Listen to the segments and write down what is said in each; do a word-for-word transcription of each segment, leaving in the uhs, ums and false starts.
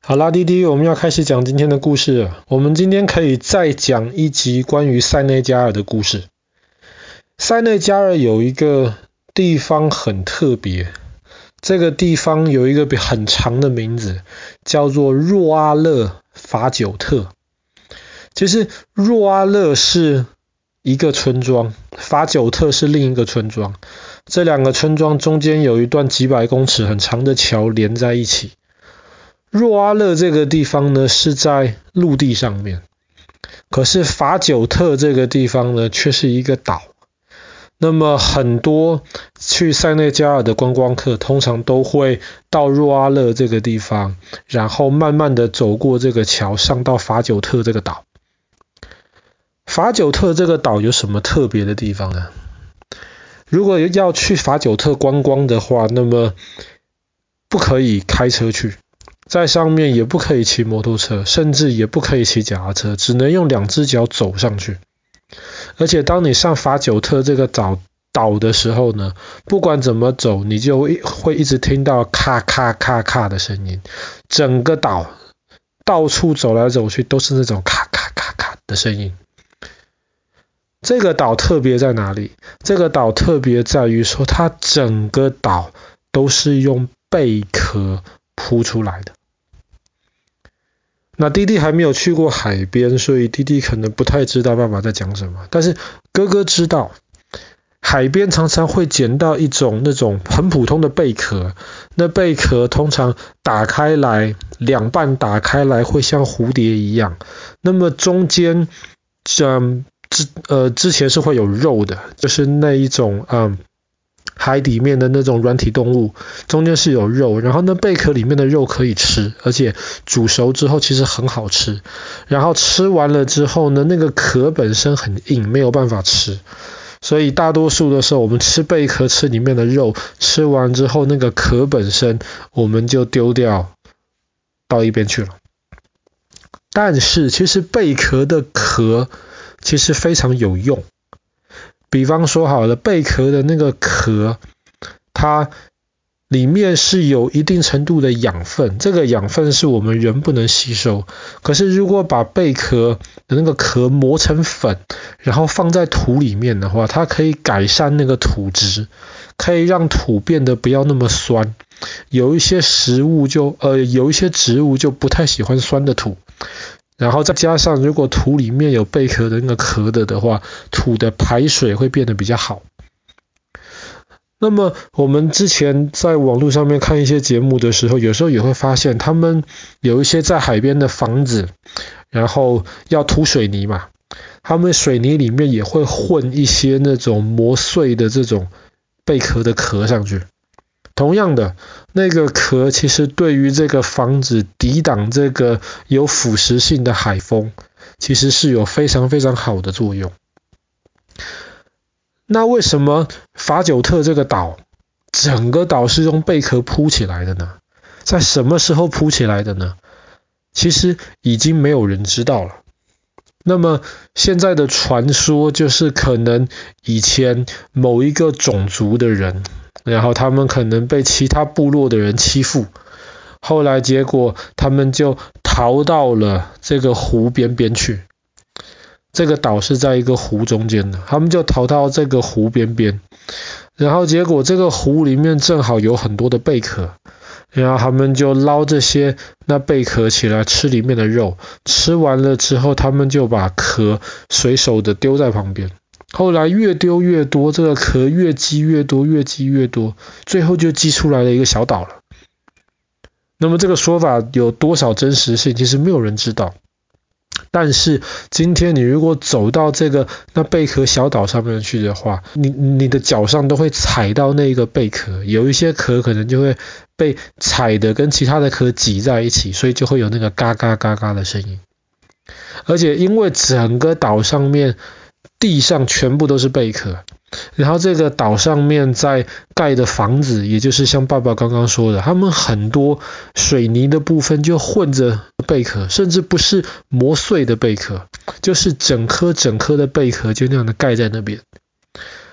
好啦，弟弟，我们要开始讲今天的故事了。我们今天可以再讲一集关于塞内加尔的故事。塞内加尔有一个地方很特别，这个地方有一个很长的名字，叫做若阿勒法久特。其实若阿勒是一个村庄，法久特是另一个村庄，这两个村庄中间有一段几百公尺很长的桥连在一起。若阿勒这个地方呢是在陆地上面，可是法久特这个地方呢却是一个岛。那么很多去塞内加尔的观光客通常都会到若阿勒这个地方，然后慢慢的走过这个桥上到法久特这个岛。法久特这个岛有什么特别的地方呢？如果要去法久特观光的话，那么不可以开车去，在上面也不可以骑摩托车，甚至也不可以骑脚踏车，只能用两只脚走上去。而且当你上法久特这个岛岛的时候呢，不管怎么走，你就会一直听到咔咔咔咔的声音。整个岛到处走来走去都是那种咔咔咔咔的声音。这个岛特别在哪里？这个岛特别在于说，它整个岛都是用贝壳铺出来的。那弟弟还没有去过海边，所以弟弟可能不太知道爸爸在讲什么。但是哥哥知道，海边常常会捡到一种那种很普通的贝壳，那贝壳通常打开来，两半打开来会像蝴蝶一样，那么中间嗯之呃之前是会有肉的，就是那一种嗯。海里面的那种软体动物，中间是有肉，然后那贝壳里面的肉可以吃，而且煮熟之后其实很好吃。然后吃完了之后呢，那个壳本身很硬，没有办法吃。所以大多数的时候，我们吃贝壳，吃里面的肉，吃完之后那个壳本身我们就丢掉到一边去了。但是其实贝壳的壳其实非常有用。比方说好了，贝壳的那个壳，它里面是有一定程度的养分，这个养分是我们人不能吸收。可是如果把贝壳的那个壳磨成粉，然后放在土里面的话，它可以改善那个土质，可以让土变得不要那么酸。有一些食物就呃有一些植物就不太喜欢酸的土。然后再加上如果土里面有贝壳的那个壳的的话，土的排水会变得比较好。那么我们之前在网络上面看一些节目的时候，有时候也会发现他们有一些在海边的房子，然后要涂水泥嘛，他们水泥里面也会混一些那种磨碎的这种贝壳的壳上去。同样的，那个壳其实对于这个房子抵挡这个有腐蚀性的海风，其实是有非常非常好的作用。那为什么法久特这个岛，整个岛是用贝壳铺起来的呢？在什么时候铺起来的呢？其实已经没有人知道了。那么现在的传说就是可能以前某一个种族的人，然后他们可能被其他部落的人欺负，后来结果他们就逃到了这个湖边边去。这个岛是在一个湖中间的，他们就逃到这个湖边边，然后结果这个湖里面正好有很多的贝壳，然后他们就捞这些那贝壳起来吃里面的肉，吃完了之后他们就把壳随手的丢在旁边。后来越丢越多，这个壳越积越多，越积越多，最后就积出来了一个小岛了。那么这个说法有多少真实性，其实没有人知道。但是今天你如果走到这个那贝壳小岛上面去的话，你你的脚上都会踩到那个贝壳，有一些壳可能就会被踩的跟其他的壳挤在一起，所以就会有那个嘎嘎嘎嘎的声音。而且因为整个岛上面地上全部都是贝壳，然后这个岛上面在盖的房子，也就是像爸爸刚刚说的，他们很多水泥的部分就混着贝壳，甚至不是磨碎的贝壳，就是整颗整颗的贝壳就那样的盖在那边。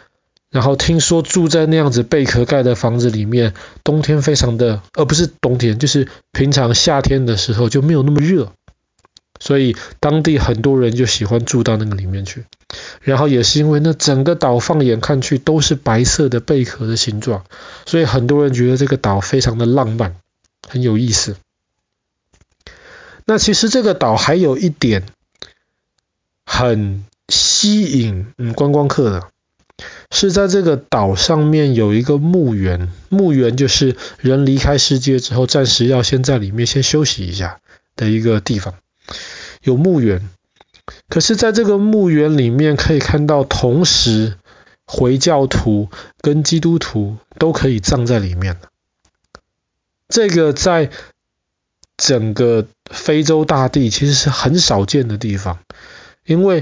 然后听说住在那样子贝壳盖的房子里面，冬天非常的，而、呃、不是冬天，就是平常夏天的时候就没有那么热，所以当地很多人就喜欢住到那个里面去。然后也是因为那整个岛放眼看去都是白色的贝壳的形状，所以很多人觉得这个岛非常的浪漫，很有意思。那其实这个岛还有一点很吸引嗯观光客的，是在这个岛上面有一个墓园，墓园就是人离开世界之后暂时要先在里面先休息一下的一个地方，有墓园。可是在这个墓园里面可以看到，同时回教徒跟基督徒都可以葬在里面。这个在整个非洲大地其实是很少见的地方，因为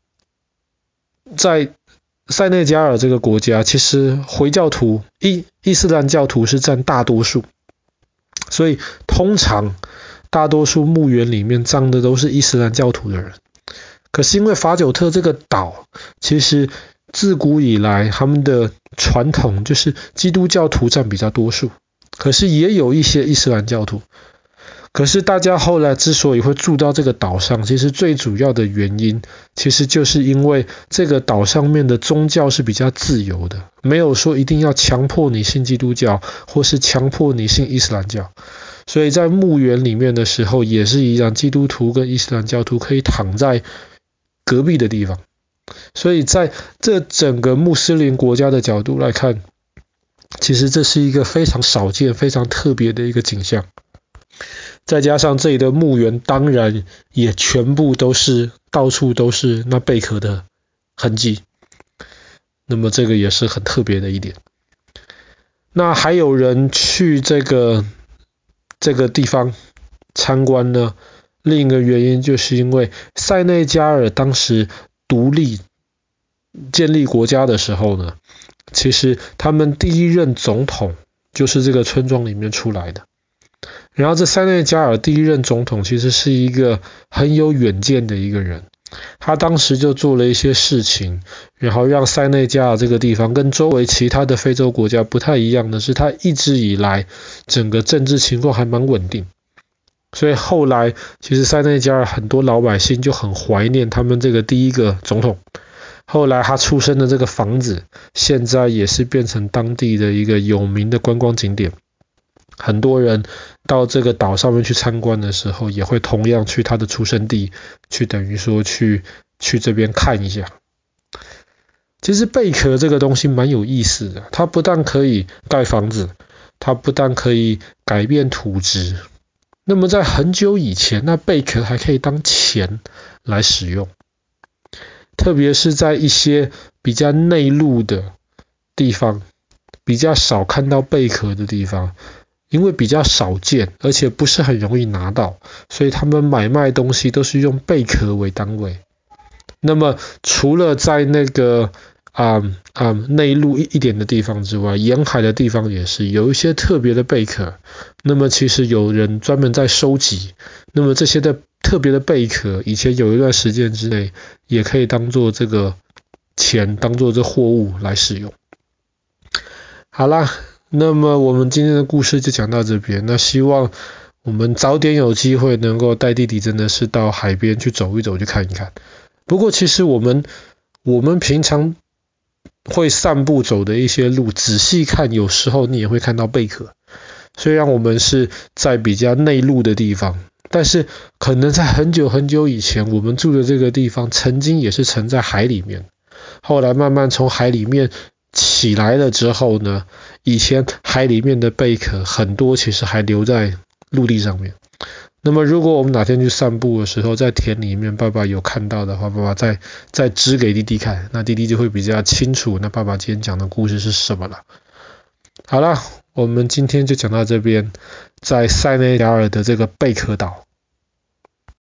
在塞内加尔这个国家，其实回教徒、伊伊斯兰教徒是占大多数，所以通常大多数墓园里面葬的都是伊斯兰教徒的人。可是因为法久特这个岛，其实自古以来他们的传统就是基督教徒占比较多数，可是也有一些伊斯兰教徒。可是大家后来之所以会住到这个岛上，其实最主要的原因，其实就是因为这个岛上面的宗教是比较自由的，没有说一定要强迫你信基督教，或是强迫你信伊斯兰教。所以在墓园里面的时候也是一样，基督徒跟伊斯兰教徒可以躺在隔壁的地方。所以在这整个穆斯林国家的角度来看，其实这是一个非常少见、非常特别的一个景象。再加上这里的墓园当然也全部都是到处都是那贝壳的痕迹，那么这个也是很特别的一点。那还有人去这个这个地方参观呢，另一个原因就是因为塞内加尔当时独立建立国家的时候呢，其实他们第一任总统就是这个村庄里面出来的。然后这塞内加尔第一任总统其实是一个很有远见的一个人，他当时就做了一些事情，然后让塞内加尔这个地方跟周围其他的非洲国家不太一样的是，他一直以来整个政治情况还蛮稳定，所以后来其实塞内加尔很多老百姓就很怀念他们这个第一个总统。后来他出生的这个房子现在也是变成当地的一个有名的观光景点，很多人到这个岛上面去参观的时候，也会同样去他的出生地，去等于说去去这边看一下。其实贝壳这个东西蛮有意思的，它不但可以盖房子，它不但可以改变土质，那么在很久以前，那贝壳还可以当钱来使用。特别是在一些比较内陆的地方，比较少看到贝壳的地方，因为比较少见，而且不是很容易拿到，所以他们买卖东西都是用贝壳为单位。那么除了在那个啊啊内陆一一点的地方之外，沿海的地方也是有一些特别的贝壳，那么其实有人专门在收集，那么这些的特别的贝壳，以前有一段时间之内也可以当做这个钱，当做这货物来使用。好啦，那么我们今天的故事就讲到这边，那希望我们早点有机会能够带弟弟真的是到海边去走一走，去看一看。不过其实我们我们平常会散步走的一些路，仔细看有时候你也会看到贝壳。虽然我们是在比较内陆的地方，但是可能在很久很久以前，我们住的这个地方曾经也是沉在海里面，后来慢慢从海里面起来了之后呢，以前海里面的贝壳很多其实还留在陆地上面。那么如果我们哪天去散步的时候，在田里面爸爸有看到的话，爸爸再再指给弟弟看，那弟弟就会比较清楚那爸爸今天讲的故事是什么了。好了，我们今天就讲到这边，在塞内加尔的这个贝壳岛